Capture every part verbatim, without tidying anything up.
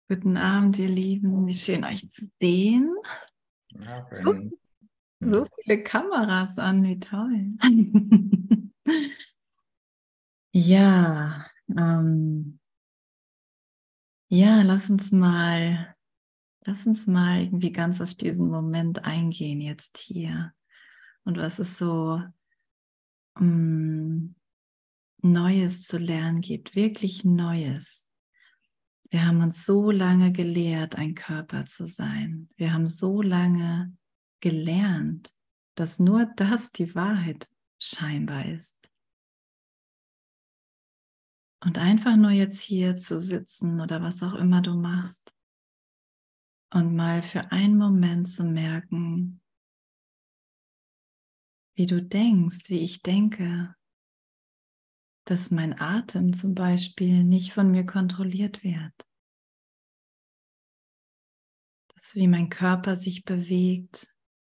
Guten Abend, ihr Lieben. Wie schön, euch zu sehen. Oh, Abend. so viele Kameras an, wie toll. Ja, ähm, ja, lass uns mal, lass uns mal irgendwie ganz auf diesen Moment eingehen jetzt hier. Und was es so ähm, Neues zu lernen gibt, wirklich Neues. Wir haben uns so lange gelehrt, ein Körper zu sein. Wir haben so lange gelernt, dass nur das die Wahrheit scheinbar ist. Und einfach nur jetzt hier zu sitzen oder was auch immer du machst und mal für einen Moment zu merken, wie du denkst, wie ich denke, dass mein Atem zum Beispiel nicht von mir kontrolliert wird. Dass wie mein Körper sich bewegt,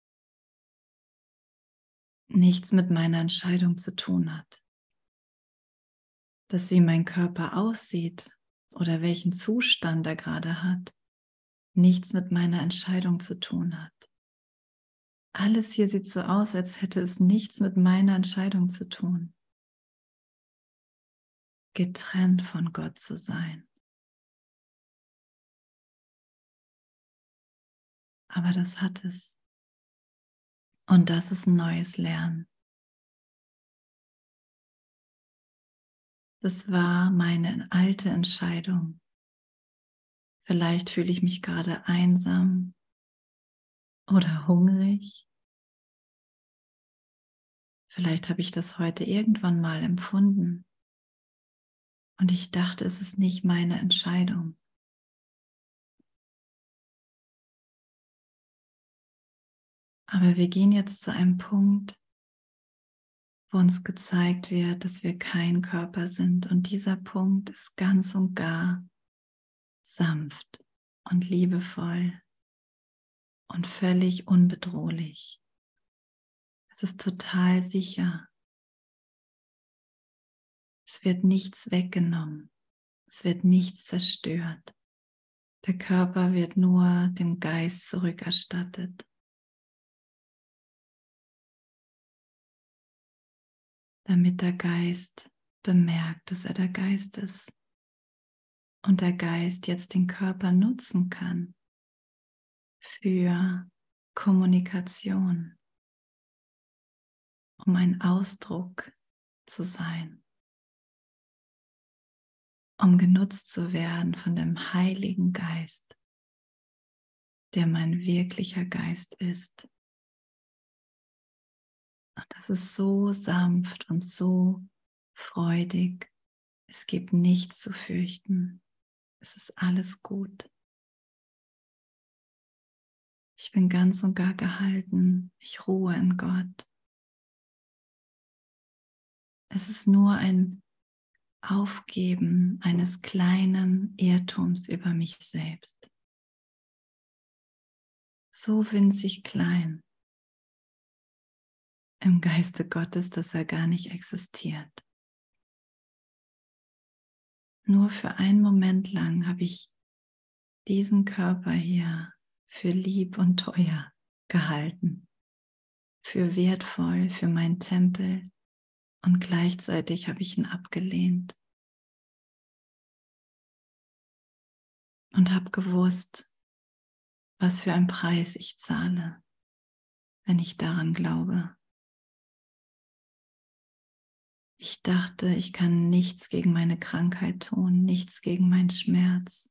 nichts mit meiner Entscheidung zu tun hat. Dass wie mein Körper aussieht oder welchen Zustand er gerade hat, nichts mit meiner Entscheidung zu tun hat. Alles hier sieht so aus, als hätte es nichts mit meiner Entscheidung zu tun, getrennt von Gott zu sein. Aber das hat es. Und das ist ein neues Lernen. Das war meine alte Entscheidung. Vielleicht fühle ich mich gerade einsam oder hungrig. Vielleicht habe ich das heute irgendwann mal empfunden. Und ich dachte, es ist nicht meine Entscheidung. Aber wir gehen jetzt zu einem Punkt, wo uns gezeigt wird, dass wir kein Körper sind. Und dieser Punkt ist ganz und gar sanft und liebevoll und völlig unbedrohlich. Es ist total sicher. Es wird nichts weggenommen. Es wird nichts zerstört. Der Körper wird nur dem Geist zurückerstattet. Damit der Geist bemerkt, dass er der Geist ist und der Geist jetzt den Körper nutzen kann für Kommunikation, um ein Ausdruck zu sein, um genutzt zu werden von dem Heiligen Geist, der mein wirklicher Geist ist. Und das ist so sanft und so freudig. Es gibt nichts zu fürchten. Es ist alles gut. Ich bin ganz und gar gehalten. Ich ruhe in Gott. Es ist nur ein Aufgeben eines kleinen Irrtums über mich selbst. So winzig klein im Geiste Gottes, dass er gar nicht existiert. Nur für einen Moment lang habe ich diesen Körper hier für lieb und teuer gehalten, für wertvoll, für meinen Tempel, und gleichzeitig habe ich ihn abgelehnt und habe gewusst, was für einen Preis ich zahle, wenn ich daran glaube. Ich dachte, ich kann nichts gegen meine Krankheit tun, nichts gegen meinen Schmerz.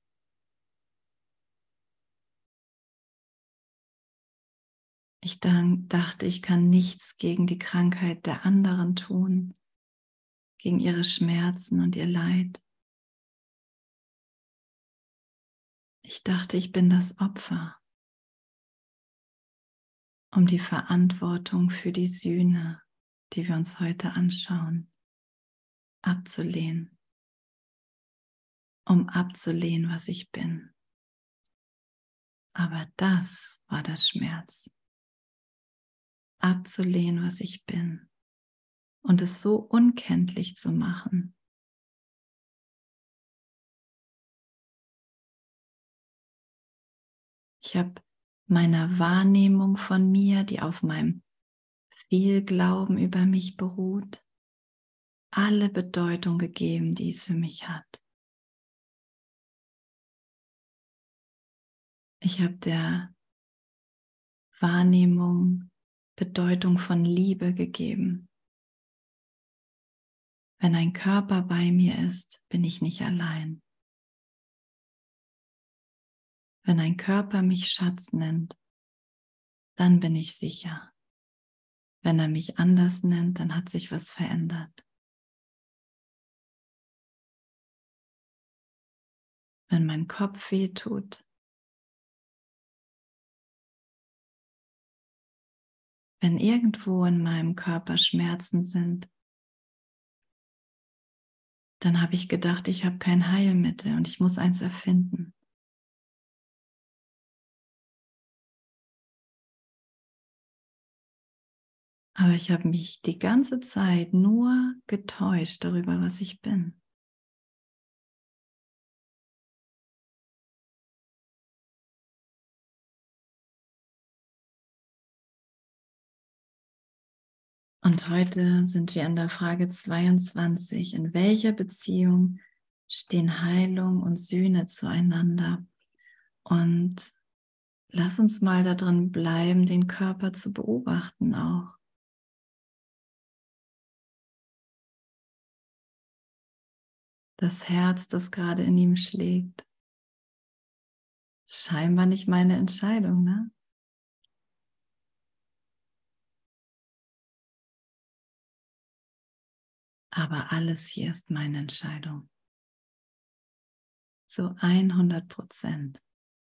Ich dachte, ich kann nichts gegen die Krankheit der anderen tun, gegen ihre Schmerzen und ihr Leid. Ich dachte, ich bin das Opfer, um die Verantwortung für die Sühne, die wir uns heute anschauen, abzulehnen, um abzulehnen, was ich bin. Aber das war der Schmerz, abzulehnen, was ich bin und es so unkenntlich zu machen, Ich habe meiner Wahrnehmung von mir, die auf meinem Fehlglauben über mich beruht, alle Bedeutung gegeben, die es für mich hat. Ich habe der Wahrnehmung Bedeutung von Liebe gegeben. Wenn ein Körper bei mir ist, bin ich nicht allein. Wenn ein Körper mich Schatz nennt, dann bin ich sicher. Wenn er mich anders nennt, dann hat sich was verändert. Wenn mein Kopf weh tut, wenn irgendwo in meinem Körper Schmerzen sind, dann habe ich gedacht, ich habe kein Heilmittel und ich muss eins erfinden. Aber ich habe mich die ganze Zeit nur getäuscht darüber, was ich bin. Und heute sind wir an der Frage zweiundzwanzig. In welcher Beziehung stehen Heilung und Sühne zueinander? Und lass uns mal da drin bleiben, den Körper zu beobachten auch. Das Herz, das gerade in ihm schlägt. Scheinbar nicht meine Entscheidung, ne? Aber alles hier ist meine Entscheidung. Zu hundert Prozent.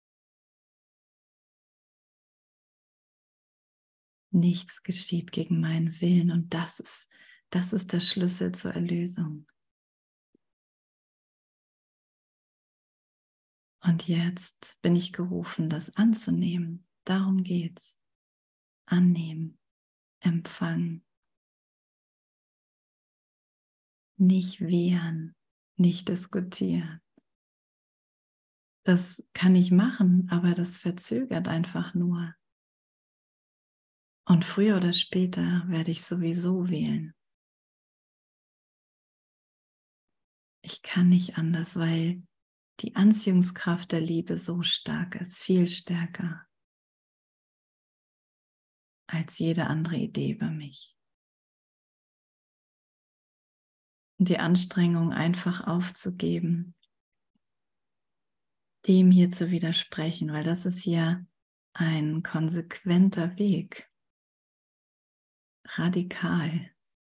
Nichts geschieht gegen meinen Willen und das ist, das ist der Schlüssel zur Erlösung. Und jetzt bin ich gerufen, das anzunehmen. Darum geht's. Annehmen, empfangen. Nicht wehren, nicht diskutieren. Das kann ich machen, aber das verzögert einfach nur. Und früher oder später werde ich sowieso wählen. Ich kann nicht anders, weil die Anziehungskraft der Liebe so stark ist, viel stärker als jede andere Idee über mich. Und die Anstrengung einfach aufzugeben, dem hier zu widersprechen, weil das ist ja ein konsequenter Weg, radikal,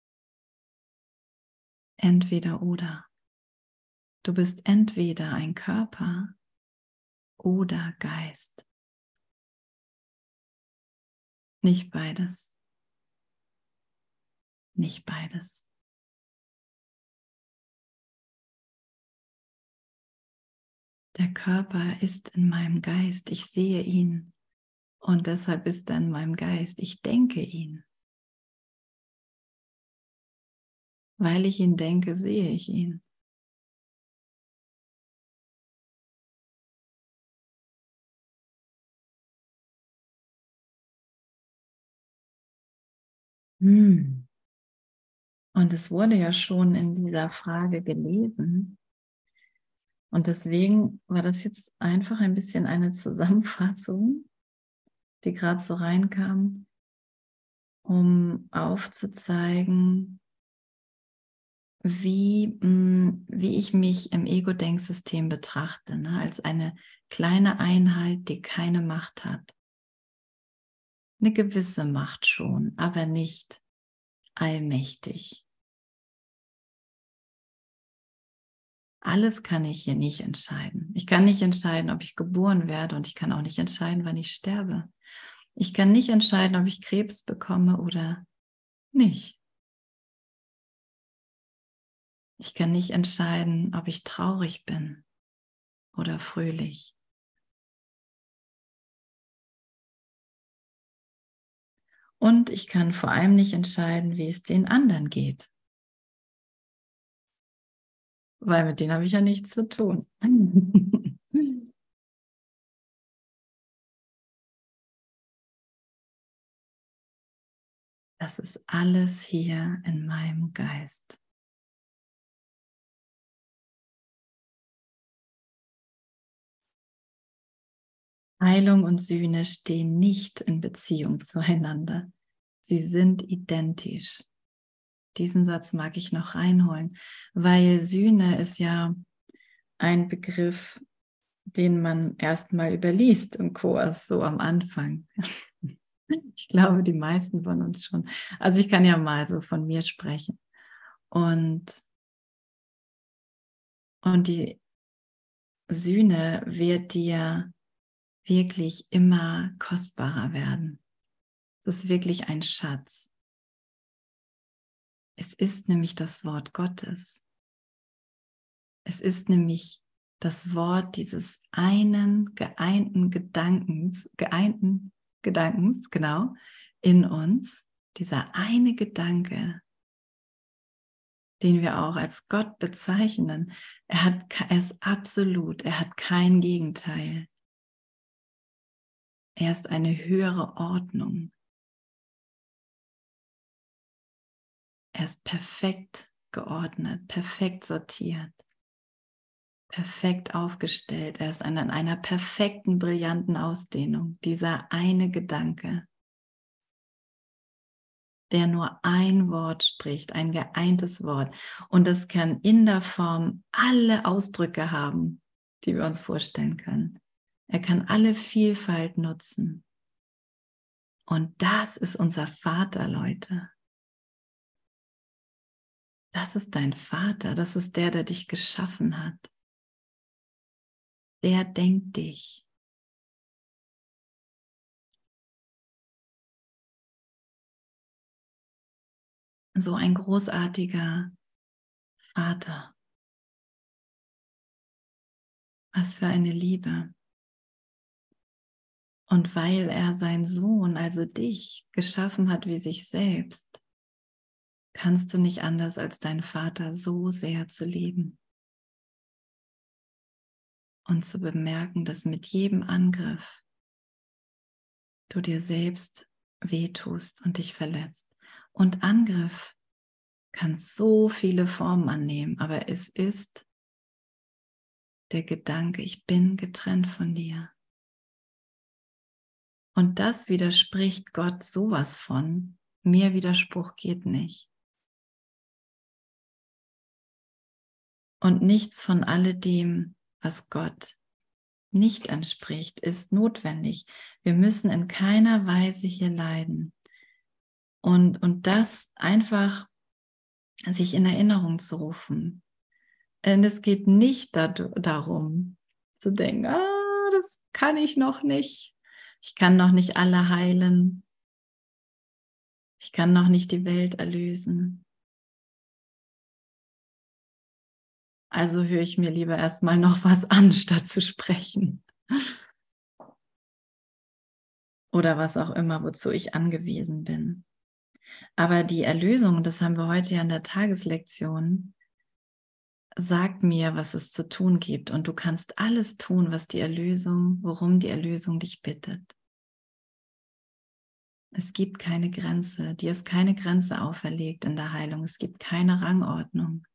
entweder oder. Du bist entweder ein Körper oder Geist, nicht beides, nicht beides. Der Körper ist in meinem Geist, ich sehe ihn und deshalb ist er in meinem Geist, ich denke ihn. Weil ich ihn denke, sehe ich ihn. Hm. Und es wurde ja schon in dieser Frage gelesen. Und deswegen war das jetzt einfach ein bisschen eine Zusammenfassung, die gerade so reinkam, um aufzuzeigen, wie, mh, wie ich mich im Ego-Denksystem betrachte, ne? Als eine kleine Einheit, die keine Macht hat. Eine gewisse Macht schon, aber nicht allmächtig. Alles kann ich hier nicht entscheiden. Ich kann nicht entscheiden, ob ich geboren werde und ich kann auch nicht entscheiden, wann ich sterbe. Ich kann nicht entscheiden, ob ich Krebs bekomme oder nicht. Ich kann nicht entscheiden, ob ich traurig bin oder fröhlich. Und ich kann vor allem nicht entscheiden, wie es den anderen geht. Weil mit denen habe ich ja nichts zu tun. Das ist alles hier in meinem Geist. Heilung und Sühne stehen nicht in Beziehung zueinander. Sie sind identisch. Diesen Satz mag ich noch reinholen, weil Sühne ist ja ein Begriff, den man erstmal überliest im Kurs, so am Anfang. Ich glaube, die meisten von uns schon. Also ich kann ja mal so von mir sprechen. Und, und die Sühne wird dir wirklich immer kostbarer werden. Es ist wirklich ein Schatz. Es ist nämlich das Wort Gottes. Es ist nämlich das Wort dieses einen geeinten Gedankens, geeinten Gedankens, genau, in uns. Dieser eine Gedanke, den wir auch als Gott bezeichnen. Er hat, er ist absolut, er hat kein Gegenteil. Er ist eine höhere Ordnung. Er ist perfekt geordnet, perfekt sortiert, perfekt aufgestellt. Er ist in einer perfekten, brillanten Ausdehnung. Dieser eine Gedanke, der nur ein Wort spricht, ein geeintes Wort. Und das kann in der Form alle Ausdrücke haben, die wir uns vorstellen können. Er kann alle Vielfalt nutzen. Und das ist unser Vater, Leute. Das ist dein Vater, das ist der, der dich geschaffen hat. Der denkt dich. So ein großartiger Vater. Was für eine Liebe. Und weil er seinen Sohn, also dich, geschaffen hat wie sich selbst, kannst du nicht anders, als deinen Vater so sehr zu lieben. Und zu bemerken, dass mit jedem Angriff du dir selbst wehtust und dich verletzt. Und Angriff kann so viele Formen annehmen, aber es ist der Gedanke, ich bin getrennt von dir. Und das widerspricht Gott sowas von. Mir Widerspruch geht nicht. Und nichts von alledem, was Gott nicht entspricht, ist notwendig. Wir müssen in keiner Weise hier leiden. Und, und das einfach sich in Erinnerung zu rufen. Und es geht nicht da, darum zu denken, ah, das kann ich noch nicht. Ich kann noch nicht alle heilen. Ich kann noch nicht die Welt erlösen. Also höre ich mir lieber erstmal noch was an, statt zu sprechen. Oder was auch immer, wozu ich angewiesen bin. Aber die Erlösung, das haben wir heute ja in der Tageslektion, sagt mir, was es zu tun gibt. Und du kannst alles tun, was die Erlösung, worum die Erlösung dich bittet. Es gibt keine Grenze, dir ist keine Grenze auferlegt in der Heilung. Es gibt keine Rangordnung.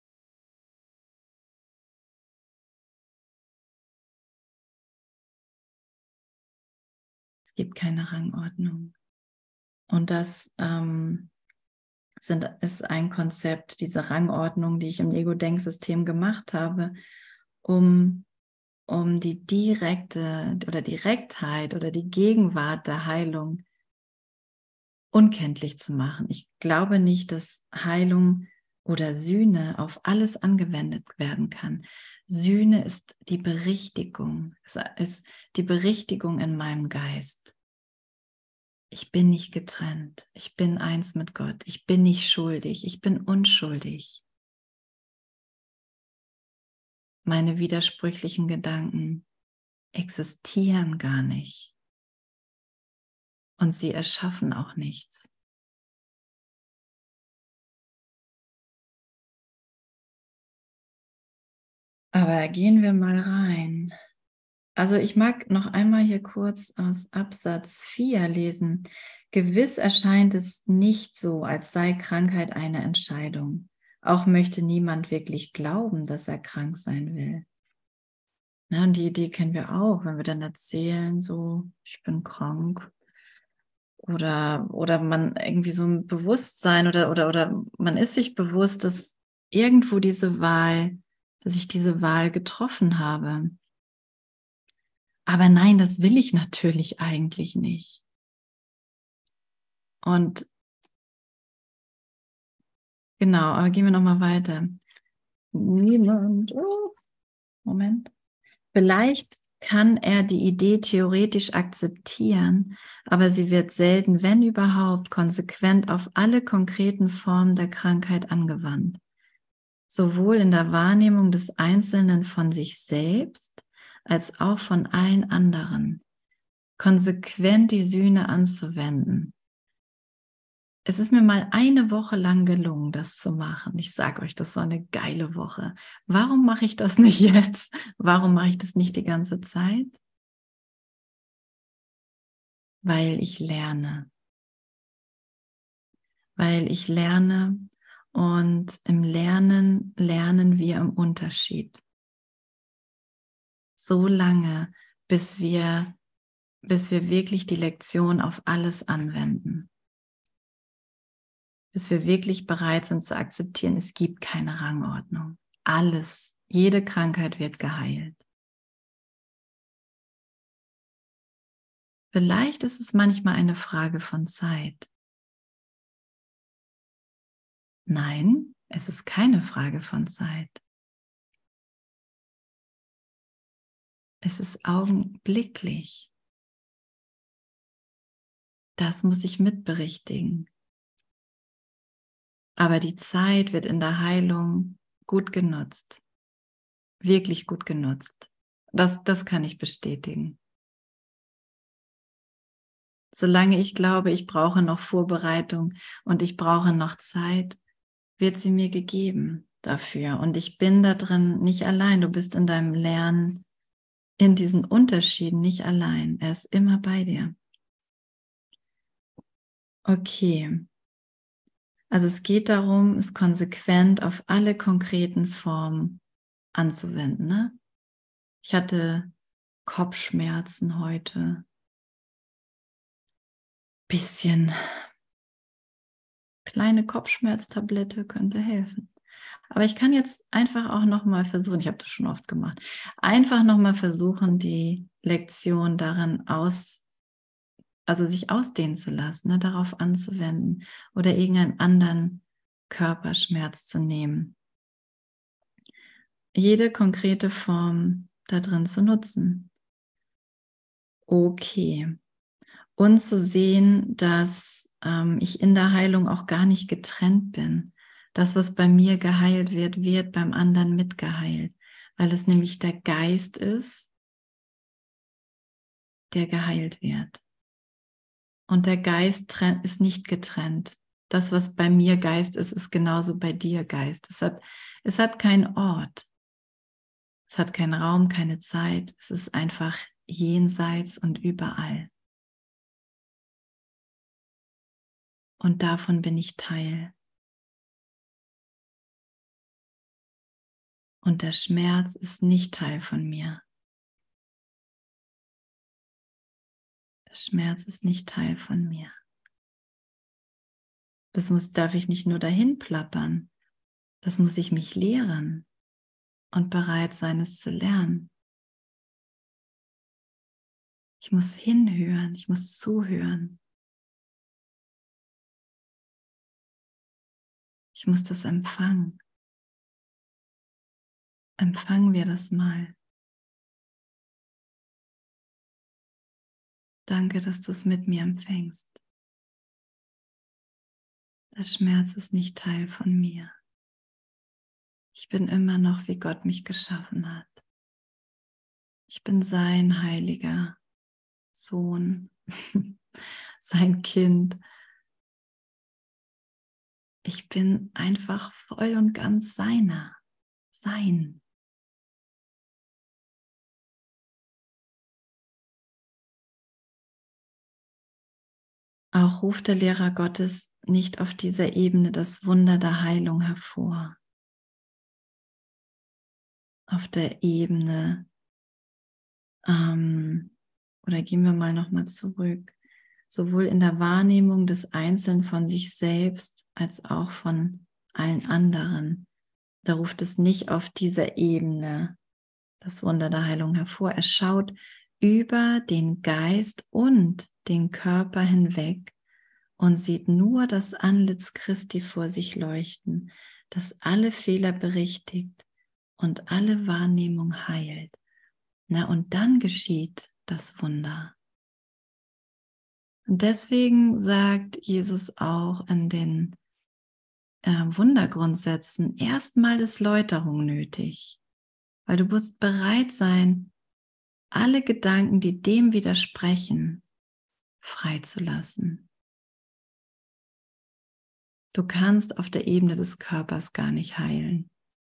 Es gibt keine Rangordnung. Und das ähm, sind, ist ein Konzept, diese Rangordnung, die ich im Ego-Denksystem gemacht habe, um, um die direkte oder Direktheit oder die Gegenwart der Heilung unkenntlich zu machen. Ich glaube nicht, dass Heilung oder Sühne auf alles angewendet werden kann. Sühne ist die Berichtigung, es ist die Berichtigung in meinem Geist. Ich bin nicht getrennt, ich bin eins mit Gott, ich bin nicht schuldig, ich bin unschuldig. Meine widersprüchlichen Gedanken existieren gar nicht und sie erschaffen auch nichts. Aber gehen wir mal rein. Also ich mag noch einmal hier kurz aus Absatz vier lesen. Gewiss erscheint es nicht so, als sei Krankheit eine Entscheidung. Auch möchte niemand wirklich glauben, dass er krank sein will. Na, und die Idee kennen wir auch, wenn wir dann erzählen, so, ich bin krank. Oder, oder man irgendwie so ein Bewusstsein oder, oder, oder man ist sich bewusst, dass irgendwo diese Wahl, dass ich diese Wahl getroffen habe. Aber nein, das will ich natürlich eigentlich nicht. Und genau, aber gehen wir nochmal weiter. Niemand, oh, Moment. Vielleicht kann er die Idee theoretisch akzeptieren, aber sie wird selten, wenn überhaupt, konsequent auf alle konkreten Formen der Krankheit angewandt. Sowohl in der Wahrnehmung des Einzelnen von sich selbst als auch von allen anderen. Konsequent die Sühne anzuwenden. Es ist mir mal eine Woche lang gelungen, das zu machen. Ich sage euch, das war eine geile Woche. Warum mache ich das nicht jetzt? Warum mache ich das nicht die ganze Zeit? Weil ich lerne. Weil ich lerne und im Lernen lernen wir im Unterschied. So lange, bis wir, bis wir wirklich die Lektion auf alles anwenden. Bis wir wirklich bereit sind zu akzeptieren, es gibt keine Rangordnung. Alles, jede Krankheit wird geheilt. Vielleicht ist es manchmal eine Frage von Zeit. Nein, es ist keine Frage von Zeit. Es ist augenblicklich. Das muss ich mitberichtigen. Aber die Zeit wird in der Heilung gut genutzt. Wirklich gut genutzt. Das, das kann ich bestätigen. Solange ich glaube, ich brauche noch Vorbereitung und ich brauche noch Zeit, wird sie mir gegeben dafür. Und ich bin da drin nicht allein. Du bist in deinem Lernen, in diesen Unterschieden nicht allein. Er ist immer bei dir. Okay. Also es geht darum, es konsequent auf alle konkreten Formen anzuwenden. Ne? Ich hatte Kopfschmerzen heute. Bisschen kleine Kopfschmerztablette könnte helfen. Aber ich kann jetzt einfach auch nochmal versuchen, ich habe das schon oft gemacht, einfach nochmal versuchen, die Lektion darin aus, also sich ausdehnen zu lassen, ne, darauf anzuwenden oder irgendeinen anderen Körperschmerz zu nehmen. Jede konkrete Form da drin zu nutzen. Okay. Und zu sehen, dass ähm, ich in der Heilung auch gar nicht getrennt bin. Das, was bei mir geheilt wird, wird beim anderen mitgeheilt, weil es nämlich der Geist ist, der geheilt wird. Und der Geist ist nicht getrennt. Das, was bei mir Geist ist, ist genauso bei dir Geist. Es hat, es hat keinen Ort. Es hat keinen Raum, keine Zeit. Es ist einfach jenseits und überall. Und davon bin ich Teil. Und der Schmerz ist nicht Teil von mir. Der Schmerz ist nicht Teil von mir. Das muss, darf ich nicht nur dahin plappern. Das muss ich mich lehren und bereit sein, es zu lernen. Ich muss hinhören, ich muss zuhören. Ich muss das empfangen. Empfangen wir das mal. Danke, dass du es mit mir empfängst. Der Schmerz ist nicht Teil von mir. Ich bin immer noch, wie Gott mich geschaffen hat. Ich bin sein heiliger Sohn, sein Kind. Ich bin einfach voll und ganz seiner, sein. Auch ruft der Lehrer Gottes nicht auf dieser Ebene das Wunder der Heilung hervor. Auf der Ebene, ähm, oder gehen wir mal nochmal zurück, sowohl in der Wahrnehmung des Einzelnen von sich selbst als auch von allen anderen. Da ruft es nicht auf dieser Ebene das Wunder der Heilung hervor. Es schaut über den Geist und den Körper hinweg und sieht nur das Antlitz Christi vor sich leuchten, das alle Fehler berichtigt und alle Wahrnehmung heilt. Na, und dann geschieht das Wunder. Und deswegen sagt Jesus auch in den äh, Wundergrundsätzen, erstmal ist Läuterung nötig, weil du musst bereit sein, alle Gedanken, die dem widersprechen, freizulassen. Du kannst auf der Ebene des Körpers gar nicht heilen.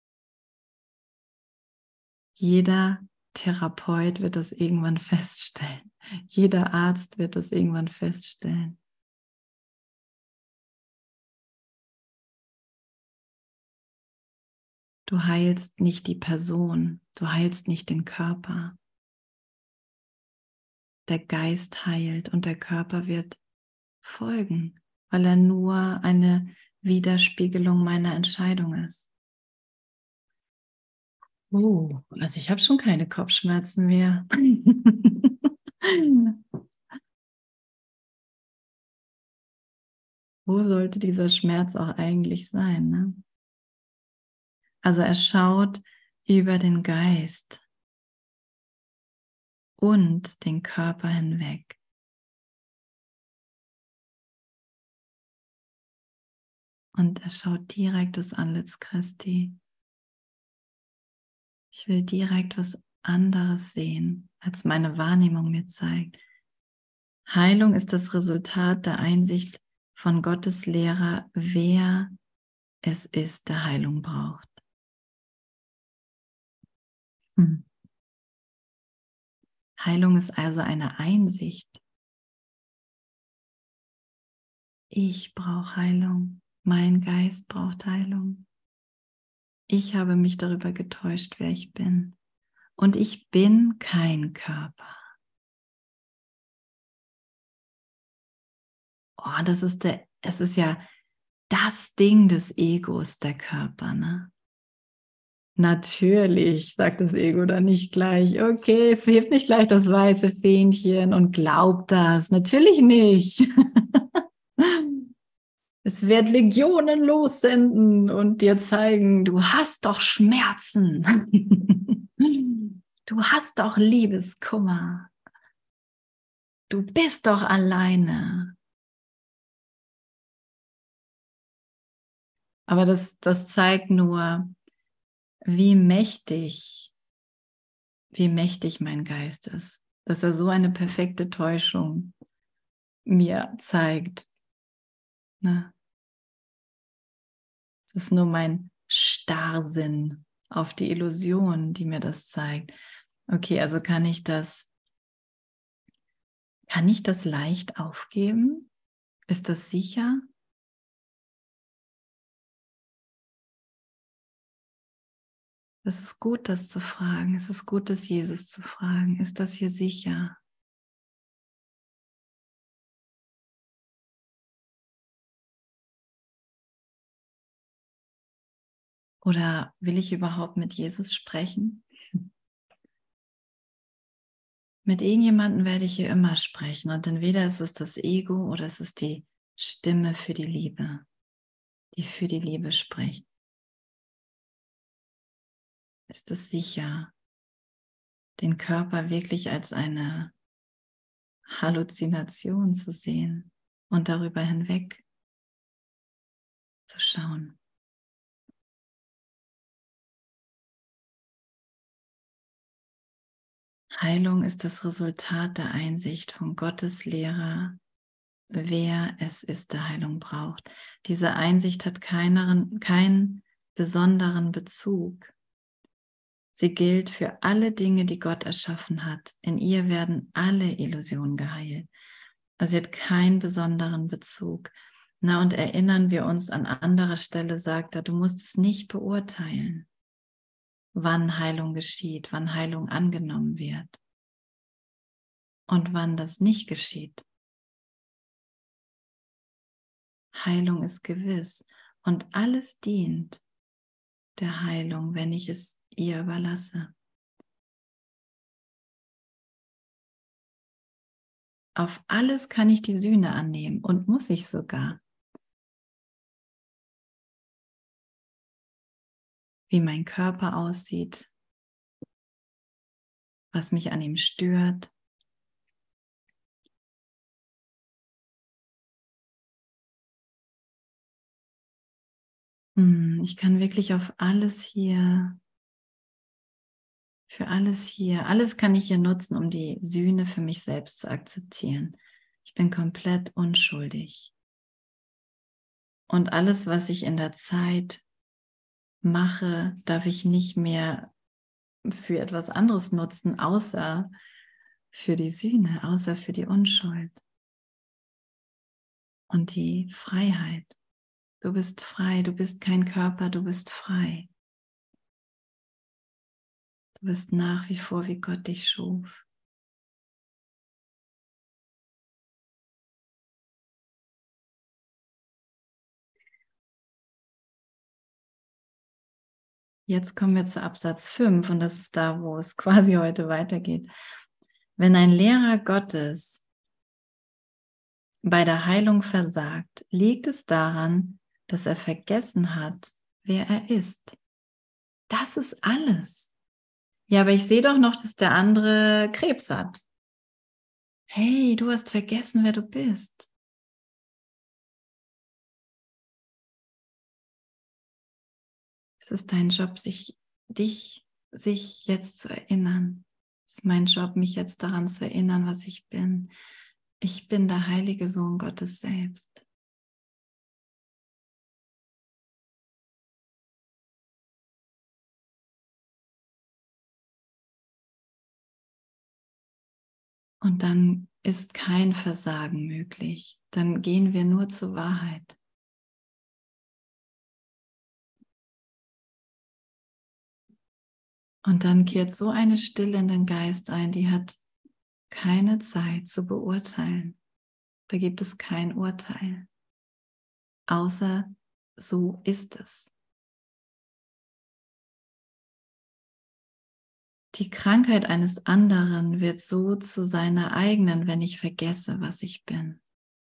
Jeder Therapeut wird das irgendwann feststellen. Jeder Arzt wird das irgendwann feststellen. Du heilst nicht die Person, du heilst nicht den Körper. Der Geist heilt und der Körper wird folgen, weil er nur eine Widerspiegelung meiner Entscheidung ist. Oh, also ich habe schon keine Kopfschmerzen mehr. Wo sollte dieser Schmerz auch eigentlich sein, ne? Also er schaut über den Geist und den Körper hinweg. Und er schaut direkt das Antlitz Christi. Ich will direkt was anderes sehen, als meine Wahrnehmung mir zeigt. Heilung ist das Resultat der Einsicht von Gottes Lehrer, wer es ist, der Heilung braucht. Hm. Heilung ist also eine Einsicht. Ich brauche Heilung. Mein Geist braucht Heilung. Ich habe mich darüber getäuscht, wer ich bin. Und ich bin kein Körper. Oh, das ist der, es ist ja das Ding des Egos, der Körper, ne? Natürlich, sagt das Ego dann nicht gleich, okay, es hebt nicht gleich das weiße Fähnchen und glaubt das. Natürlich nicht. Es wird Legionen lossenden und dir zeigen, du hast doch Schmerzen. Du hast doch Liebeskummer. Du bist doch alleine. Aber das, das zeigt nur, wie mächtig, wie mächtig mein Geist ist. Dass er so eine perfekte Täuschung mir zeigt. Ne? Es ist nur mein Starrsinn auf die Illusion, die mir das zeigt. Okay, also kann ich das, kann ich das leicht aufgeben? Ist das sicher? Es ist gut, das zu fragen. Es ist gut, das Jesus zu fragen. Ist das hier sicher? Oder will ich überhaupt mit Jesus sprechen? Mit irgendjemandem werde ich hier immer sprechen. Und entweder ist es das Ego oder es ist die Stimme für die Liebe, die für die Liebe spricht. Ist es sicher, den Körper wirklich als eine Halluzination zu sehen und darüber hinweg zu schauen? Heilung ist das Resultat der Einsicht von Gottes Lehrer, wer es ist, der Heilung braucht. Diese Einsicht hat keinen, keinen besonderen Bezug. Sie gilt für alle Dinge, die Gott erschaffen hat. In ihr werden alle Illusionen geheilt. Also sie hat keinen besonderen Bezug. Na, und erinnern wir uns, an anderer Stelle sagt er, du musst es nicht beurteilen, wann Heilung geschieht, wann Heilung angenommen wird und wann das nicht geschieht. Heilung ist gewiss und alles dient der Heilung, wenn ich es ihr überlasse. Auf alles kann ich die Sühne annehmen und muss ich sogar. Wie mein Körper aussieht, was mich an ihm stört. Ich kann wirklich auf alles hier, für alles hier, alles kann ich hier nutzen, um die Sühne für mich selbst zu akzeptieren. Ich bin komplett unschuldig. Und alles, was ich in der Zeit mache, darf ich nicht mehr für etwas anderes nutzen, außer für die Sühne, außer für die Unschuld und die Freiheit. Du bist frei, du bist kein Körper, du bist frei. Du bist nach wie vor, wie Gott dich schuf. Jetzt kommen wir zu Absatz fünf und das ist da, wo es quasi heute weitergeht. Wenn ein Lehrer Gottes bei der Heilung versagt, liegt es daran, dass er vergessen hat, wer er ist. Das ist alles. Ja, aber ich sehe doch noch, dass der andere Krebs hat. Hey, du hast vergessen, wer du bist. Es ist dein Job, sich, dich, sich jetzt zu erinnern. Es ist mein Job, mich jetzt daran zu erinnern, was ich bin. Ich bin der heilige Sohn Gottes selbst. Und dann ist kein Versagen möglich. Dann gehen wir nur zur Wahrheit. Und dann kehrt so eine Stille in den Geist ein, die hat keine Zeit zu beurteilen. Da gibt es kein Urteil. Außer so ist es. Die Krankheit eines anderen wird so zu seiner eigenen, wenn ich vergesse, was ich bin.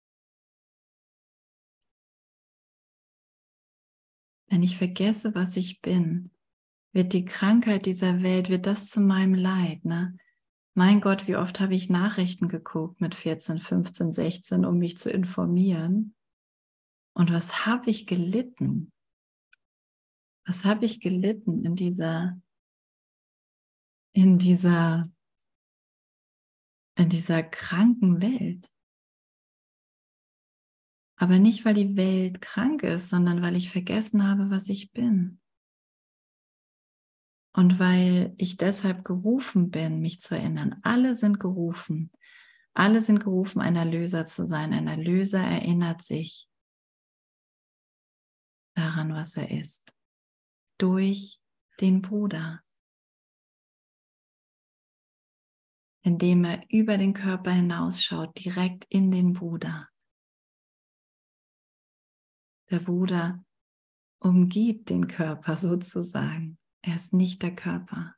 Wenn ich vergesse, was ich bin, wird die Krankheit dieser Welt, wird das zu meinem Leid. Ne? Mein Gott, wie oft habe ich Nachrichten geguckt mit vierzehn, fünfzehn, sechzehn, um mich zu informieren. Und was habe ich gelitten? Was habe ich gelitten in dieser, in dieser, in dieser kranken Welt? Aber nicht, weil die Welt krank ist, sondern weil ich vergessen habe, was ich bin. Und weil ich deshalb gerufen bin, mich zu erinnern. Alle sind gerufen. Alle sind gerufen, ein Erlöser zu sein. Ein Erlöser erinnert sich daran, was er ist. Durch den Bruder. Indem er über den Körper hinausschaut, direkt in den Bruder. Der Bruder umgibt den Körper sozusagen. Er ist nicht der Körper.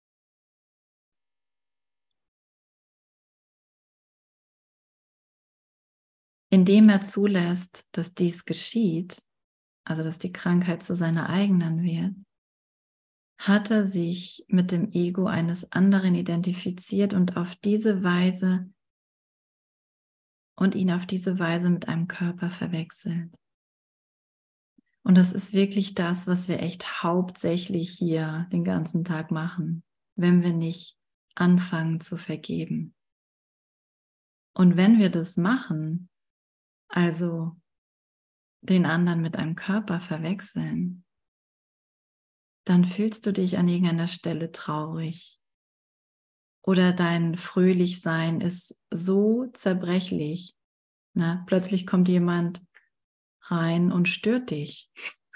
Indem er zulässt, dass dies geschieht, also dass die Krankheit zu seiner eigenen wird, hat er sich mit dem Ego eines anderen identifiziert und auf diese Weise und ihn auf diese Weise mit einem Körper verwechselt. Und das ist wirklich das, was wir echt hauptsächlich hier den ganzen Tag machen, wenn wir nicht anfangen zu vergeben. Und wenn wir das machen, also den anderen mit einem Körper verwechseln, dann fühlst du dich an irgendeiner Stelle traurig. Oder dein Fröhlichsein ist so zerbrechlich, Na, plötzlich kommt jemand rein und stört dich.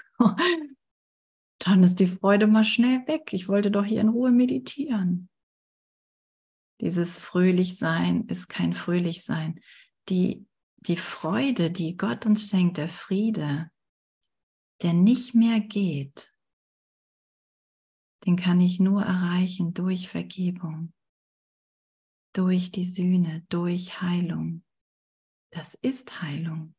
Dann ist die Freude mal schnell weg. Ich wollte doch hier in Ruhe meditieren. Dieses Fröhlichsein ist kein Fröhlichsein. Die, die Freude, die Gott uns schenkt, der Friede, der nicht mehr geht, den kann ich nur erreichen durch Vergebung, durch die Sühne, durch Heilung. Das ist Heilung.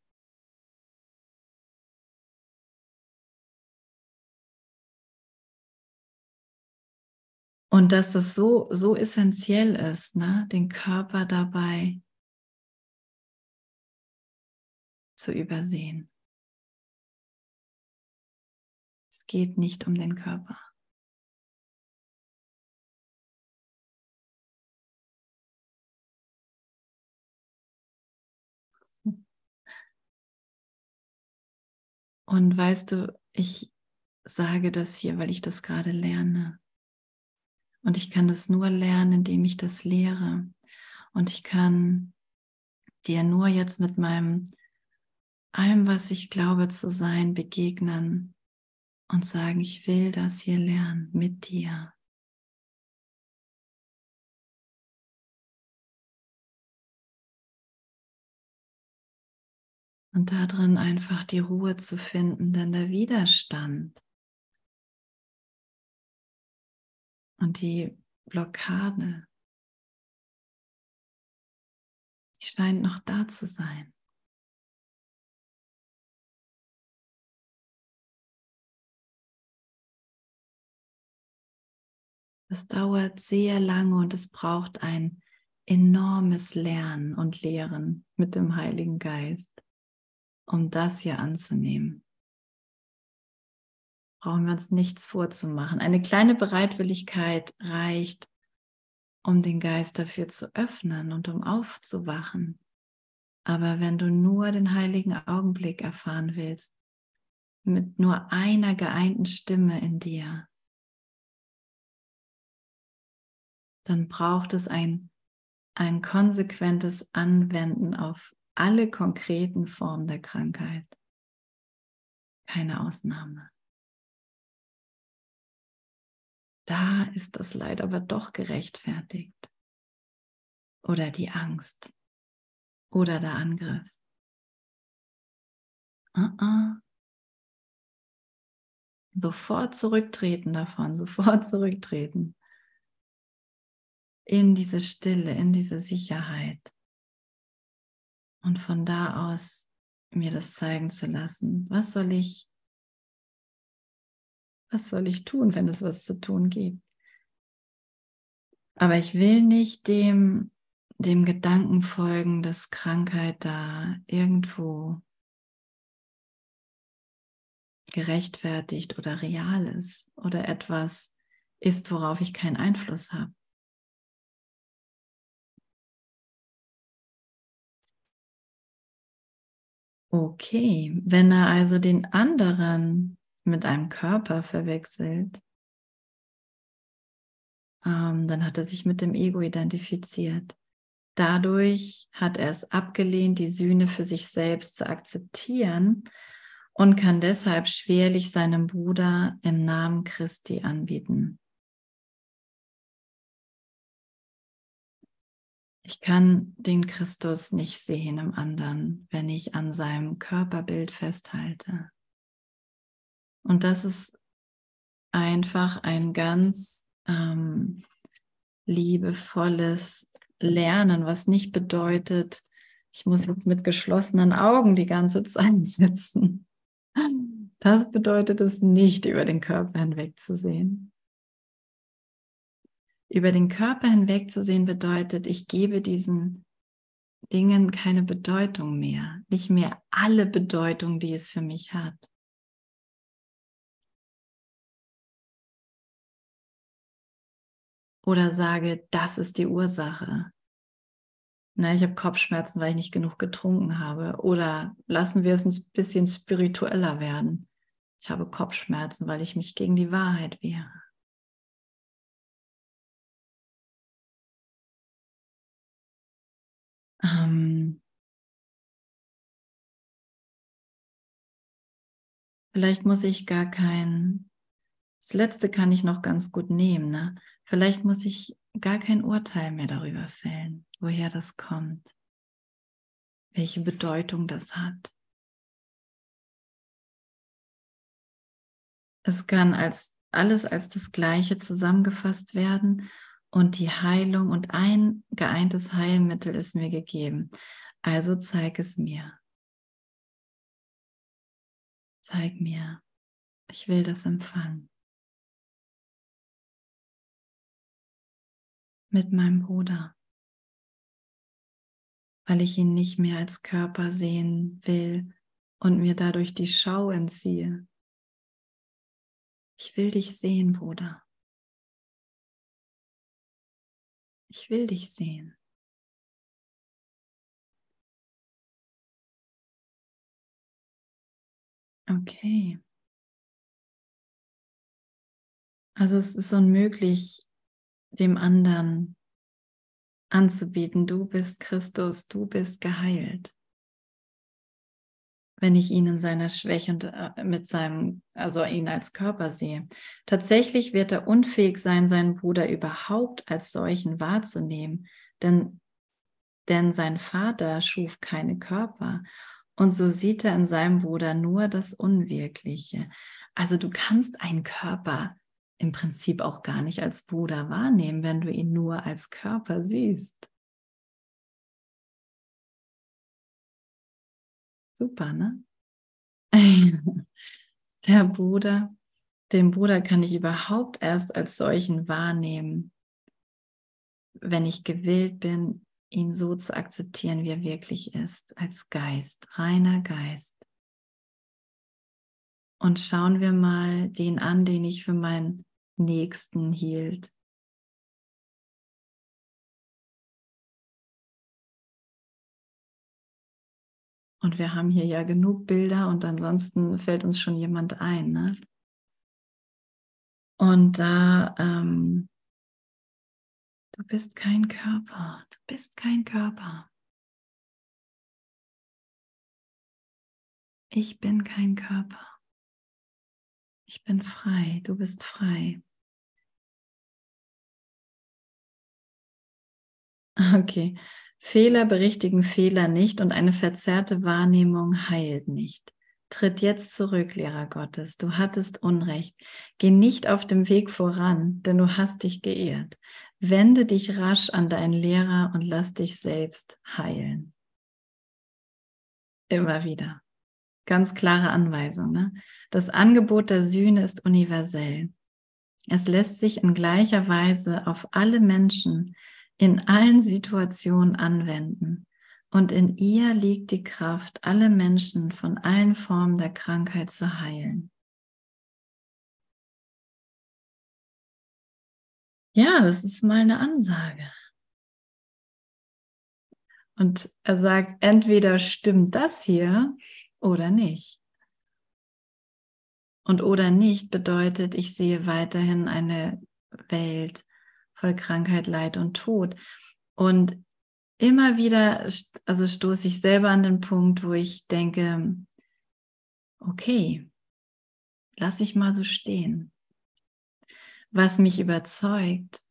Und dass es so, so essentiell ist, ne, den Körper dabei zu übersehen. Es geht nicht um den Körper. Und weißt du, ich sage das hier, weil ich das gerade lerne. Und ich kann das nur lernen, indem ich das lehre. Und ich kann dir nur jetzt mit meinem, allem, was ich glaube zu sein, begegnen und sagen, ich will das hier lernen mit dir. Und darin einfach die Ruhe zu finden, denn der Widerstand und die Blockade, die scheint noch da zu sein. Es dauert sehr lange und es braucht ein enormes Lernen und Lehren mit dem Heiligen Geist, um das hier anzunehmen. Brauchen wir uns nichts vorzumachen. Eine kleine Bereitwilligkeit reicht, um den Geist dafür zu öffnen und um aufzuwachen. Aber wenn du nur den heiligen Augenblick erfahren willst, mit nur einer geeinten Stimme in dir, dann braucht es ein, ein konsequentes Anwenden auf alle konkreten Formen der Krankheit. Keine Ausnahme. Da ist das Leid aber doch gerechtfertigt. Oder die Angst. Oder der Angriff. Uh-uh. Sofort zurücktreten davon, sofort zurücktreten. In diese Stille, in diese Sicherheit. Und von da aus mir das zeigen zu lassen. Was soll ich, was soll ich tun, wenn es was zu tun gibt? Aber ich will nicht dem, dem Gedanken folgen, dass Krankheit da irgendwo gerechtfertigt oder real ist oder etwas ist, worauf ich keinen Einfluss habe. Okay, wenn er also den anderen mit einem Körper verwechselt, ähm, dann hat er sich mit dem Ego identifiziert. Dadurch hat er es abgelehnt, die Sühne für sich selbst zu akzeptieren und kann deshalb schwerlich seinem Bruder im Namen Christi anbieten. Ich kann den Christus nicht sehen im anderen, wenn ich an seinem Körperbild festhalte. Und das ist einfach ein ganz ähm, liebevolles Lernen, was nicht bedeutet, ich muss jetzt mit geschlossenen Augen die ganze Zeit sitzen. Das bedeutet es nicht, über den Körper hinwegzusehen. Über den Körper hinwegzusehen bedeutet, ich gebe diesen Dingen keine Bedeutung mehr, nicht mehr alle Bedeutung, die es für mich hat. Oder sage, das ist die Ursache. Na, ich habe Kopfschmerzen, weil ich nicht genug getrunken habe. Oder lassen wir es ein bisschen spiritueller werden. Ich habe Kopfschmerzen, weil ich mich gegen die Wahrheit wehre. Ähm, Vielleicht muss ich gar kein, das Letzte kann ich noch ganz gut nehmen, ne? Vielleicht muss ich gar kein Urteil mehr darüber fällen, woher das kommt, welche Bedeutung das hat. Es kann als alles als das Gleiche zusammengefasst werden und die Heilung und ein geeintes Heilmittel ist mir gegeben. Also zeig es mir. Zeig mir. Ich will das empfangen. Mit meinem Bruder. Weil ich ihn nicht mehr als Körper sehen will und mir dadurch die Schau entziehe. Ich will dich sehen, Bruder. Ich will dich sehen. Okay. Also es ist unmöglich, dem anderen anzubieten, du bist Christus, du bist geheilt. Wenn ich ihn in seiner Schwäche und äh, mit seinem, also ihn als Körper sehe. Tatsächlich wird er unfähig sein, seinen Bruder überhaupt als solchen wahrzunehmen, denn, denn sein Vater schuf keine Körper und so sieht er in seinem Bruder nur das Unwirkliche. Also du kannst einen Körper im Prinzip auch gar nicht als Bruder wahrnehmen, wenn du ihn nur als Körper siehst. Super, ne? Der Bruder, den Bruder kann ich überhaupt erst als solchen wahrnehmen, wenn ich gewillt bin, ihn so zu akzeptieren, wie er wirklich ist, als Geist, reiner Geist. Und schauen wir mal den an, den ich für meinen Nächsten hielt. Und wir haben hier ja genug Bilder und ansonsten fällt uns schon jemand ein. Ne? Und da, ähm, du bist kein Körper, du bist kein Körper. Ich bin kein Körper. Ich bin frei, du bist frei. Okay. Fehler berichtigen Fehler nicht und eine verzerrte Wahrnehmung heilt nicht. Tritt jetzt zurück, Lehrer Gottes. Du hattest Unrecht. Geh nicht auf dem Weg voran, denn du hast dich geirrt. Wende dich rasch an deinen Lehrer und lass dich selbst heilen. Immer wieder. Ganz klare Anweisung. Ne? Das Angebot der Sühne ist universell. Es lässt sich in gleicher Weise auf alle Menschen in allen Situationen anwenden. Und in ihr liegt die Kraft, alle Menschen von allen Formen der Krankheit zu heilen. Ja, das ist mal eine Ansage. Und er sagt, entweder stimmt das hier oder nicht. Und oder nicht bedeutet, ich sehe weiterhin eine Welt voll Krankheit, Leid und Tod. Und immer wieder, also stoße ich selber an den Punkt, wo ich denke, okay, lass ich mal so stehen. Was mich überzeugt,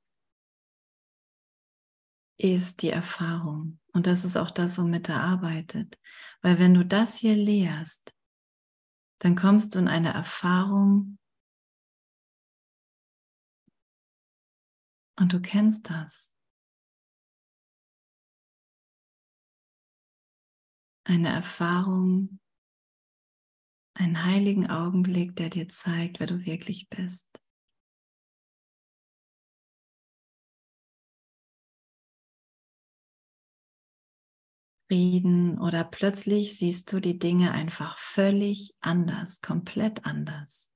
ist die Erfahrung. Und das ist auch das, womit er arbeitet. Weil wenn du das hier lehrst, dann kommst du in eine Erfahrung und du kennst das. Eine Erfahrung, einen heiligen Augenblick, der dir zeigt, wer du wirklich bist. Frieden oder plötzlich siehst du die Dinge einfach völlig anders, komplett anders.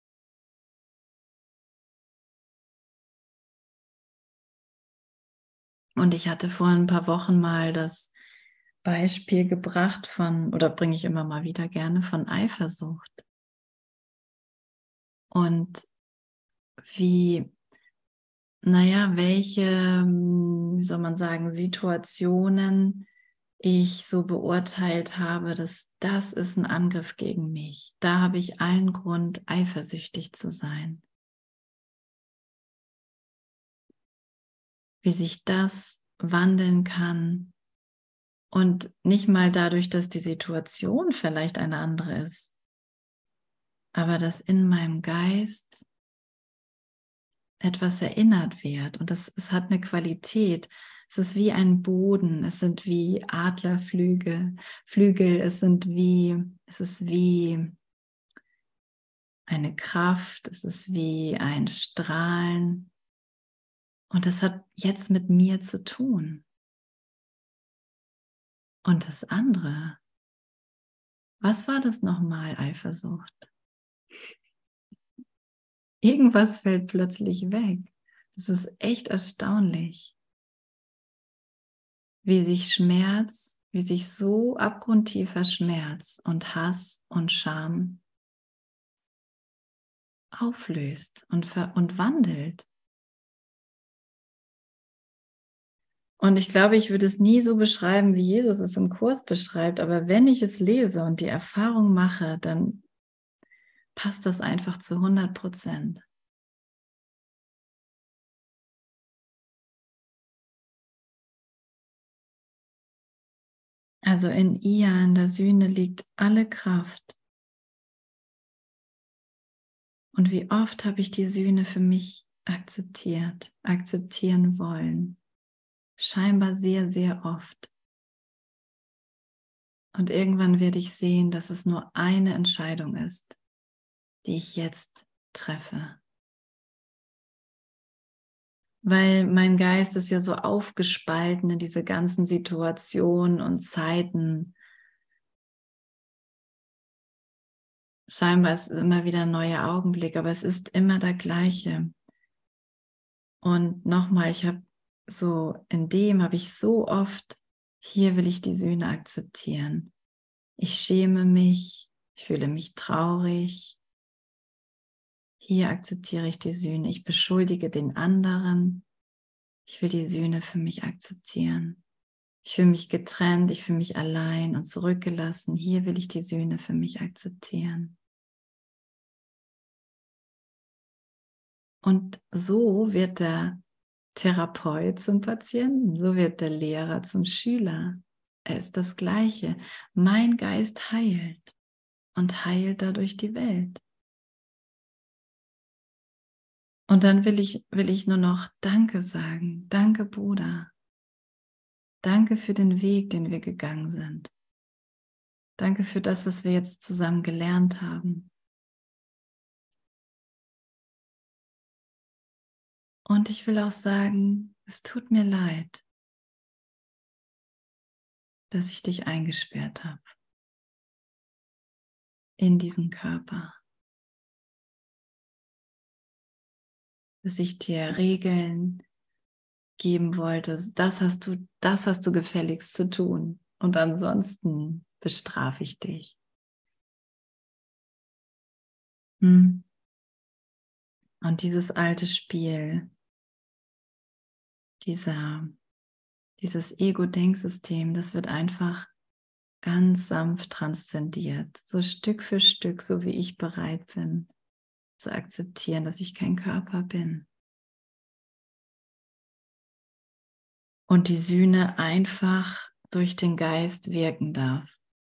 Und ich hatte vor ein paar Wochen mal das Beispiel gebracht von, oder bringe ich immer mal wieder gerne, von Eifersucht. Und wie, naja, welche, wie soll man sagen, Situationen ich so beurteilt habe, dass das ist ein Angriff gegen mich. Da habe ich allen Grund, eifersüchtig zu sein. Wie sich das wandeln kann und nicht mal dadurch, dass die Situation vielleicht eine andere ist, aber dass in meinem Geist etwas erinnert wird und das, es hat eine Qualität. Es ist wie ein Boden, es sind wie Adlerflügel, Flügel, es sind wie, es ist wie eine Kraft, es ist wie ein Strahlen und das hat jetzt mit mir zu tun. Und das andere, was war das nochmal, Eifersucht? Irgendwas fällt plötzlich weg. Das ist echt erstaunlich, wie sich Schmerz, wie sich so abgrundtiefer Schmerz und Hass und Scham auflöst und, ver und wandelt. Und ich glaube, ich würde es nie so beschreiben, wie Jesus es im Kurs beschreibt, aber wenn ich es lese und die Erfahrung mache, dann passt das einfach zu hundert Prozent. Also in ihr, in der Sühne liegt alle Kraft. Und wie oft habe ich die Sühne für mich akzeptiert, akzeptieren wollen. Scheinbar sehr, sehr oft. Und irgendwann werde ich sehen, dass es nur eine Entscheidung ist, die ich jetzt treffe. Weil mein Geist ist ja so aufgespalten in diese ganzen Situationen und Zeiten. Scheinbar ist es immer wieder ein neuer Augenblick, aber es ist immer der gleiche. Und nochmal, ich habe so, in dem habe ich so oft, hier will ich die Sühne akzeptieren. Ich schäme mich, ich fühle mich traurig. Hier akzeptiere ich die Sühne. Ich beschuldige den anderen. Ich will die Sühne für mich akzeptieren. Ich fühle mich getrennt, ich fühle mich allein und zurückgelassen. Hier will ich die Sühne für mich akzeptieren. Und so wird der Therapeut zum Patienten, so wird der Lehrer zum Schüler. Er ist das Gleiche. Mein Geist heilt und heilt dadurch die Welt. Und dann will ich, will ich nur noch Danke sagen. Danke, Bruder. Danke für den Weg, den wir gegangen sind. Danke für das, was wir jetzt zusammen gelernt haben. Und ich will auch sagen, es tut mir leid, dass ich dich eingesperrt habe in diesen Körper. Dass ich dir Regeln geben wollte. Das hast du, das hast du gefälligst zu tun. Und ansonsten bestrafe ich dich. Hm. Und dieses alte Spiel, dieser, dieses Ego-Denksystem, das wird einfach ganz sanft transzendiert, so Stück für Stück, so wie ich bereit bin, zu akzeptieren, dass ich kein Körper bin. Und die Sühne einfach durch den Geist wirken darf.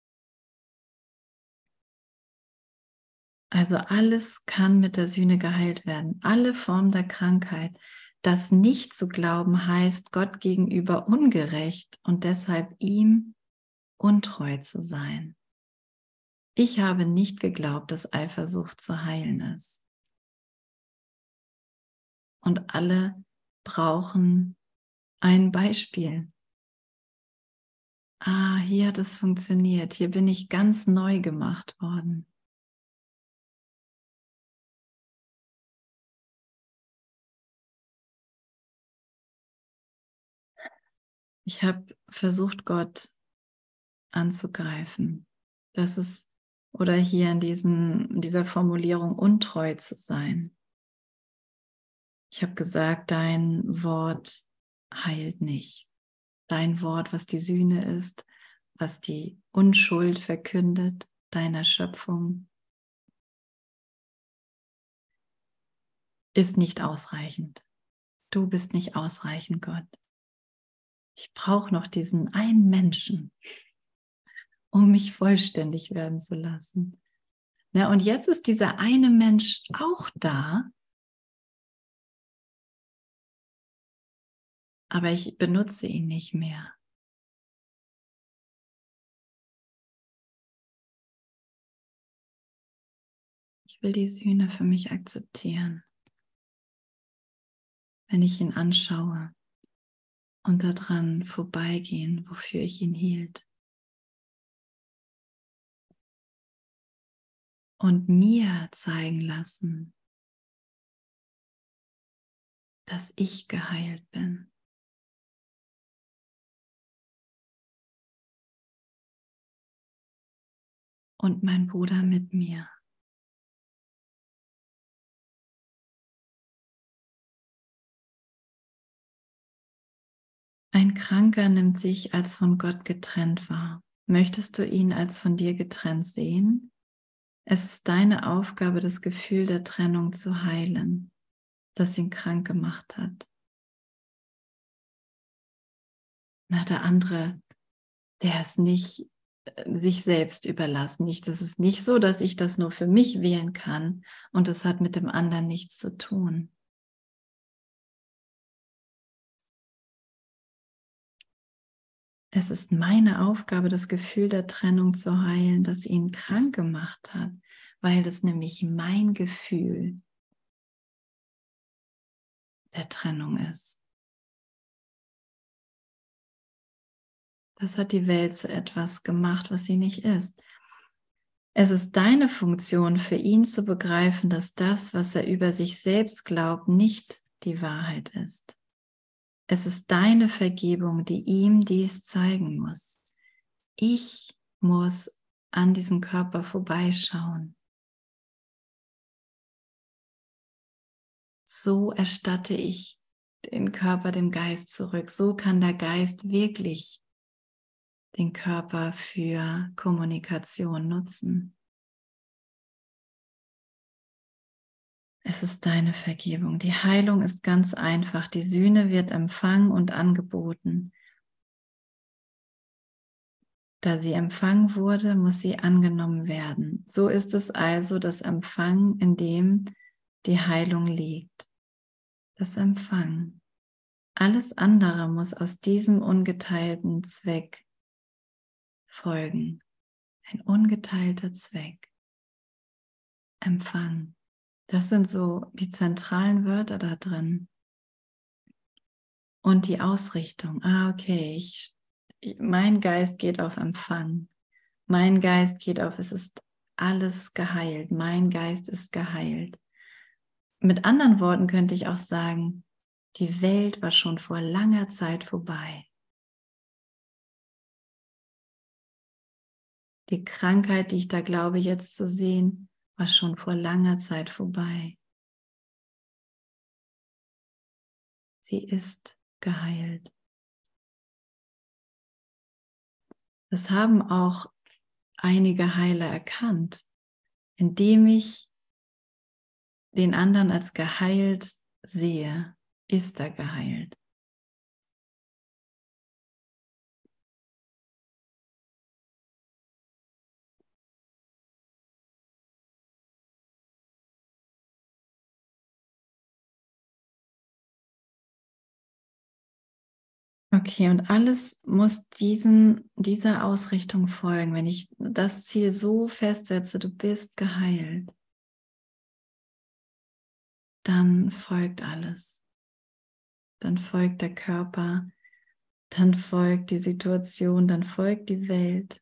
Also alles kann mit der Sühne geheilt werden. Alle Formen der Krankheit. Das nicht zu glauben heißt, Gott gegenüber ungerecht und deshalb ihm untreu zu sein. Ich habe nicht geglaubt, dass Eifersucht zu heilen ist. Und alle brauchen ein Beispiel. Ah, hier hat es funktioniert. Hier bin ich ganz neu gemacht worden. Ich habe versucht, Gott anzugreifen. Das ist, oder hier in, diesem, in dieser Formulierung untreu zu sein. Ich habe gesagt, dein Wort heilt nicht. Dein Wort, was die Sühne ist, was die Unschuld verkündet deiner Schöpfung, ist nicht ausreichend. Du bist nicht ausreichend, Gott. Ich brauche noch diesen einen Menschen, um mich vollständig werden zu lassen. Na, und jetzt ist dieser eine Mensch auch da, aber ich benutze ihn nicht mehr. Ich will die Sühne für mich akzeptieren, wenn ich ihn anschaue und daran vorbeigehen, wofür ich ihn hielt. Und mir zeigen lassen, dass ich geheilt bin. Und mein Bruder mit mir. Ein Kranker nimmt sich als von Gott getrennt wahr. Möchtest du ihn als von dir getrennt sehen? Es ist deine Aufgabe, das Gefühl der Trennung zu heilen, das ihn krank gemacht hat. Na, der andere, der ist nicht äh, sich selbst überlassen. Nicht, das ist nicht so, dass ich das nur für mich wählen kann und es hat mit dem anderen nichts zu tun. Es ist meine Aufgabe, das Gefühl der Trennung zu heilen, das ihn krank gemacht hat, weil das nämlich mein Gefühl der Trennung ist. Das hat die Welt zu etwas gemacht, was sie nicht ist. Es ist deine Funktion, für ihn zu begreifen, dass das, was er über sich selbst glaubt, nicht die Wahrheit ist. Es ist deine Vergebung, die ihm dies zeigen muss. Ich muss an diesem Körper vorbeischauen. So erstatte ich den Körper dem Geist zurück. So kann der Geist wirklich den Körper für Kommunikation nutzen. Es ist deine Vergebung. Die Heilung ist ganz einfach. Die Sühne wird empfangen und angeboten. Da sie empfangen wurde, muss sie angenommen werden. So ist es also das Empfangen, in dem die Heilung liegt. Das Empfangen. Alles andere muss aus diesem ungeteilten Zweck folgen. Ein ungeteilter Zweck. Empfang. Das sind so die zentralen Wörter da drin. Und die Ausrichtung. Ah, okay. Ich, mein Geist geht auf Empfang. Mein Geist geht auf, es ist alles geheilt. Mein Geist ist geheilt. Mit anderen Worten könnte ich auch sagen, die Welt war schon vor langer Zeit vorbei. Die Krankheit, die ich da glaube jetzt zu sehen, war schon vor langer Zeit vorbei. Sie ist geheilt. Das haben auch einige Heiler erkannt, indem ich den anderen als geheilt sehe, ist er geheilt. Okay, und alles muss diesen, dieser Ausrichtung folgen. Wenn ich das Ziel so festsetze, du bist geheilt, dann folgt alles. Dann folgt der Körper, dann folgt die Situation, dann folgt die Welt.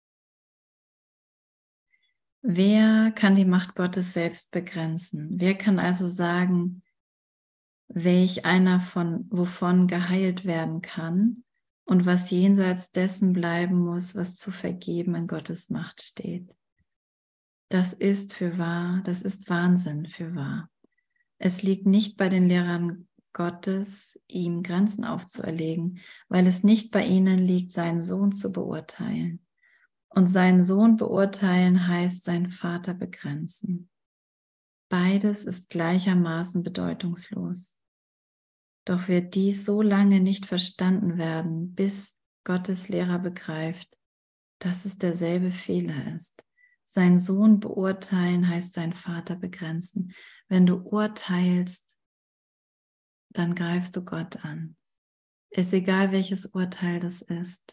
Wer kann die Macht Gottes selbst begrenzen? Wer kann also sagen, welch einer von wovon geheilt werden kann und was jenseits dessen bleiben muss, was zu vergeben in Gottes Macht steht? Das ist für wahr, das ist Wahnsinn für wahr. Es liegt nicht bei den Lehrern Gottes, ihm Grenzen aufzuerlegen, weil es nicht bei ihnen liegt, seinen Sohn zu beurteilen. Und seinen Sohn beurteilen heißt seinen Vater begrenzen. Beides ist gleichermaßen bedeutungslos. Doch wird dies so lange nicht verstanden werden, bis Gottes Lehrer begreift, dass es derselbe Fehler ist. Sein Sohn beurteilen heißt seinen Vater begrenzen. Wenn du urteilst, dann greifst du Gott an. Ist egal, welches Urteil das ist.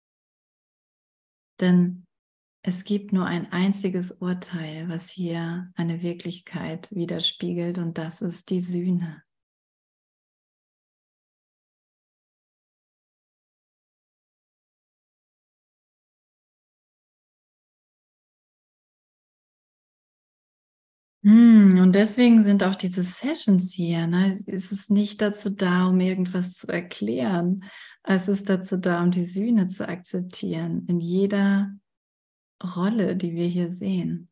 Denn es gibt nur ein einziges Urteil, was hier eine Wirklichkeit widerspiegelt, und das ist die Sühne. Und deswegen sind auch diese Sessions hier, ne? Es ist nicht dazu da, um irgendwas zu erklären. Es ist dazu da, um die Sühne zu akzeptieren, in jeder Rolle, die wir hier sehen.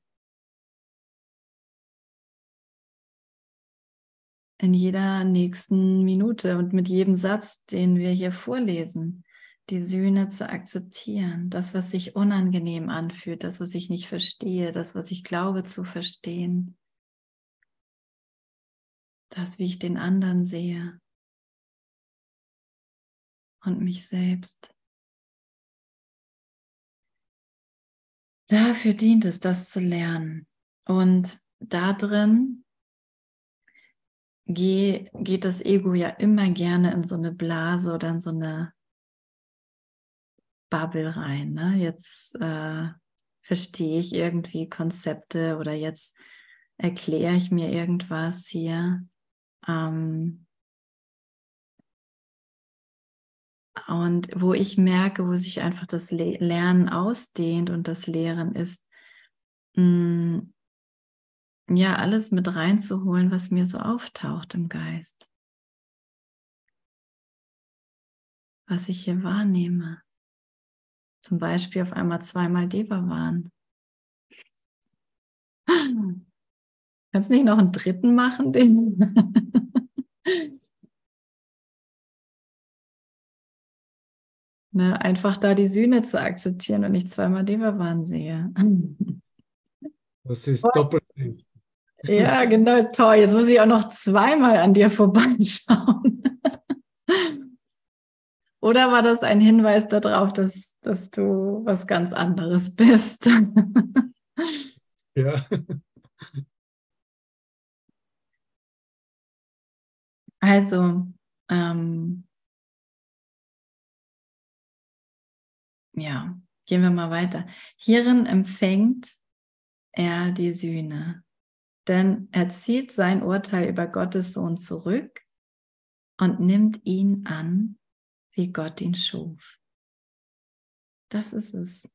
In jeder nächsten Minute und mit jedem Satz, den wir hier vorlesen, die Sühne zu akzeptieren. Das, was sich unangenehm anfühlt, das, was ich nicht verstehe, das, was ich glaube zu verstehen. Das, wie ich den anderen sehe und mich selbst. Dafür dient es, das zu lernen. Und da drin geh, geht das Ego ja immer gerne in so eine Blase oder in so eine Bubble rein. Ne? Jetzt äh, verstehe ich irgendwie Konzepte oder jetzt erkläre ich mir irgendwas hier. Ähm, und wo ich merke, wo sich einfach das Le- Lernen ausdehnt und das Lehren ist, mh, ja, alles mit reinzuholen, was mir so auftaucht im Geist. Was ich hier wahrnehme. Zum Beispiel auf einmal zweimal Deva waren. Kannst du nicht noch einen dritten machen? Den ne, einfach da die Sühne zu akzeptieren und nicht zweimal Deva-Waren sehe. Das ist doppelt nicht. Ja, genau, toll. Jetzt muss ich auch noch zweimal an dir vorbeischauen. Oder war das ein Hinweis darauf, dass, dass du was ganz anderes bist? Ja. Also, ähm, ja, gehen wir mal weiter. Hierin empfängt er die Sühne, denn er zieht sein Urteil über Gottes Sohn zurück und nimmt ihn an, wie Gott ihn schuf. Das ist es.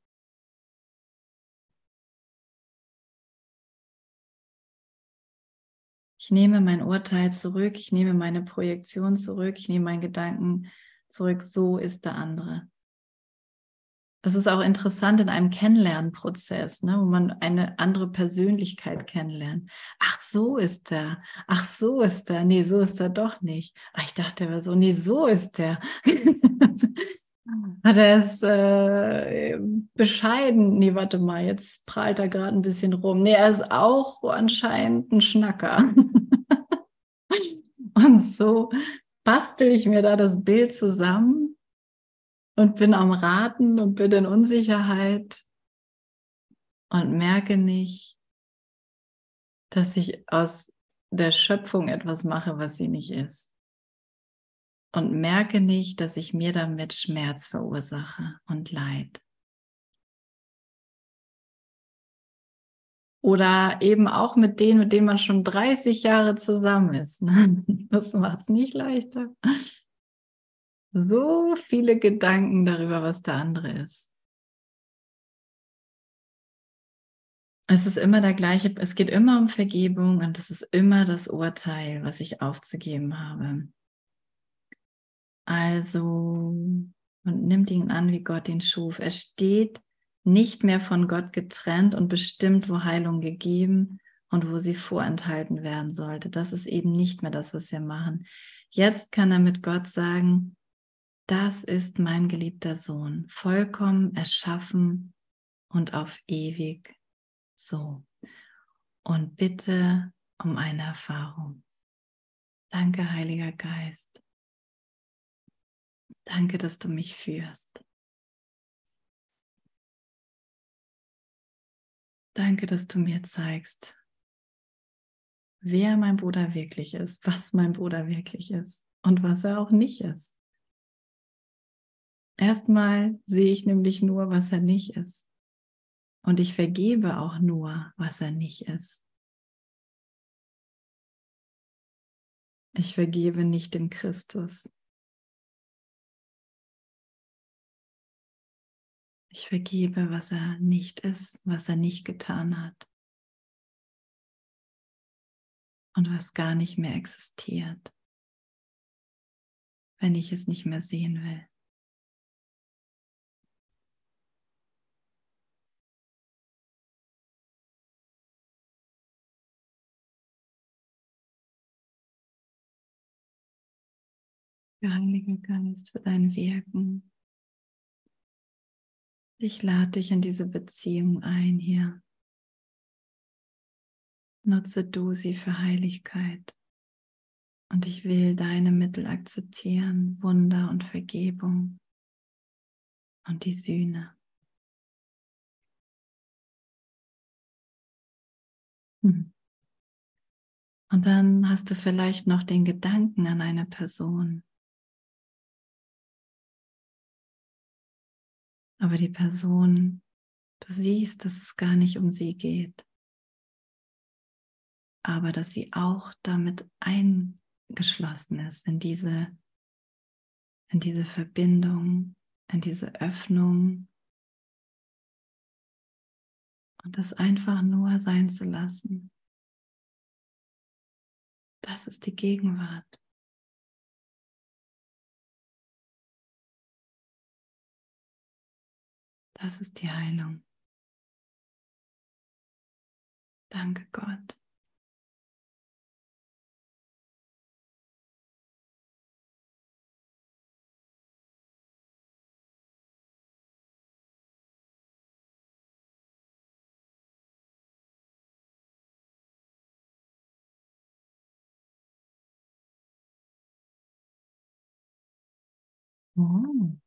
Ich nehme mein Urteil zurück, ich nehme meine Projektion zurück, ich nehme meinen Gedanken zurück, so ist der andere. Das ist auch interessant in einem Kennenlernprozess, ne, wo man eine andere Persönlichkeit kennenlernt. Ach, so ist er. Ach, so ist er. Nee, so ist er doch nicht. Ach, ich dachte, er war so. Nee, so ist er. Hat er es äh, bescheiden? Nee, warte mal, jetzt prahlt er gerade ein bisschen rum. Nee, er ist auch anscheinend ein Schnacker. Und so bastel ich mir da das Bild zusammen und bin am Raten und bin in Unsicherheit und merke nicht, dass ich aus der Schöpfung etwas mache, was sie nicht ist. Und merke nicht, dass ich mir damit Schmerz verursache und Leid. Oder eben auch mit denen, mit denen man schon dreißig Jahre zusammen ist. Das macht es nicht leichter. So viele Gedanken darüber, was der andere ist. Es ist immer der gleiche, es geht immer um Vergebung und es ist immer das Urteil, was ich aufzugeben habe. Also, und nimmt ihn an, wie Gott ihn schuf. Er steht nicht mehr von Gott getrennt und bestimmt, wo Heilung gegeben und wo sie vorenthalten werden sollte. Das ist eben nicht mehr das, was wir machen. Jetzt kann er mit Gott sagen, das ist mein geliebter Sohn, vollkommen erschaffen und auf ewig so. Und bitte um eine Erfahrung. Danke, Heiliger Geist. Danke, dass du mich führst. Danke, dass du mir zeigst, wer mein Bruder wirklich ist, was mein Bruder wirklich ist und was er auch nicht ist. Erstmal sehe ich nämlich nur, was er nicht ist. Und ich vergebe auch nur, was er nicht ist. Ich vergebe nicht dem Christus. Ich vergebe, was er nicht ist, was er nicht getan hat und was gar nicht mehr existiert, wenn ich es nicht mehr sehen will. Heiliger Geist, für dein Wirken. Ich lade dich in diese Beziehung ein hier. Nutze du sie für Heiligkeit. Und ich will deine Mittel akzeptieren, Wunder und Vergebung und die Sühne. Hm. Und dann hast du vielleicht noch den Gedanken an eine Person. Aber die Person, du siehst, dass es gar nicht um sie geht, aber dass sie auch damit eingeschlossen ist in diese, in diese Verbindung, in diese Öffnung und das einfach nur sein zu lassen. Das ist die Gegenwart. Das ist die Heilung. Danke, Gott. Oh.